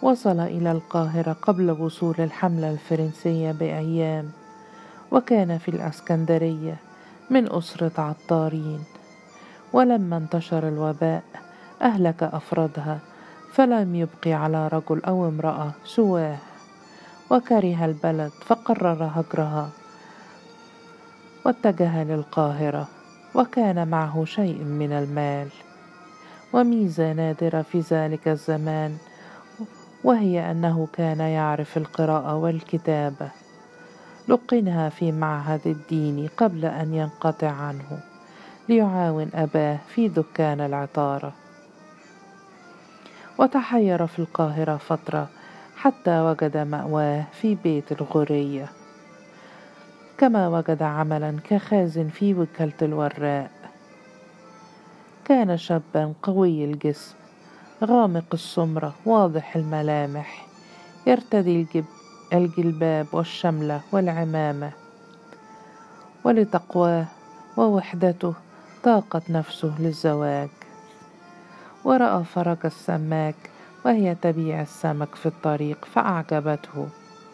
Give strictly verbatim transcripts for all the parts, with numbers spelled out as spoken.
وصل إلى القاهرة قبل وصول الحملة الفرنسية بأيام، وكان في الإسكندرية من أسرة عطارين. ولما انتشر الوباء أهلك أفرادها، فلم يبق على رجل أو امرأة سواه، وكره البلد فقرر هجرها واتجه للقاهرة، وكان معه شيء من المال وميزة نادرة في ذلك الزمان، وهي أنه كان يعرف القراءة والكتابة. لقنها في معهد الدين قبل أن ينقطع عنه ليعاون أباه في دكان العطارة، وتحير في القاهرة فترة حتى وجد مأواه في بيت الغورية، كما وجد عملا كخازن في وكالة الوراق. كان شابا قوي الجسم غامق السمرة واضح الملامح، يرتدي الجب الجلباب والشملة والعمامة، ولتقواه ووحدته طاقت نفسه للزواج. ورأى فرج السماك وهي تبيع السمك في الطريق فأعجبته،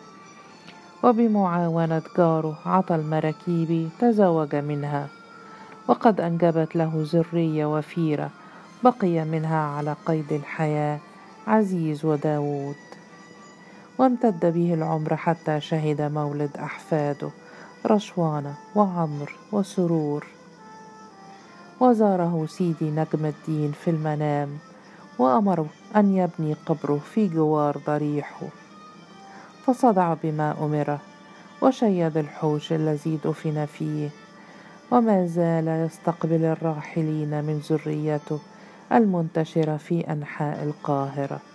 وبمعاونة جاره عطا المراكيبي تزوج منها، وقد أنجبت له ذرية وفيرة بقي منها على قيد الحياة عزيز وداود. وامتد به العمر حتى شهد مولد أحفاده رشوانة وعمر وسرور. وزاره سيدي نجم الدين في المنام، وأمره أن يبني قبره في جوار ضريحه، فصدع بما أمره وشيد الحوش الذي دفن فيه، وما زال يستقبل الراحلين من ذريته المنتشرة في أنحاء القاهرة.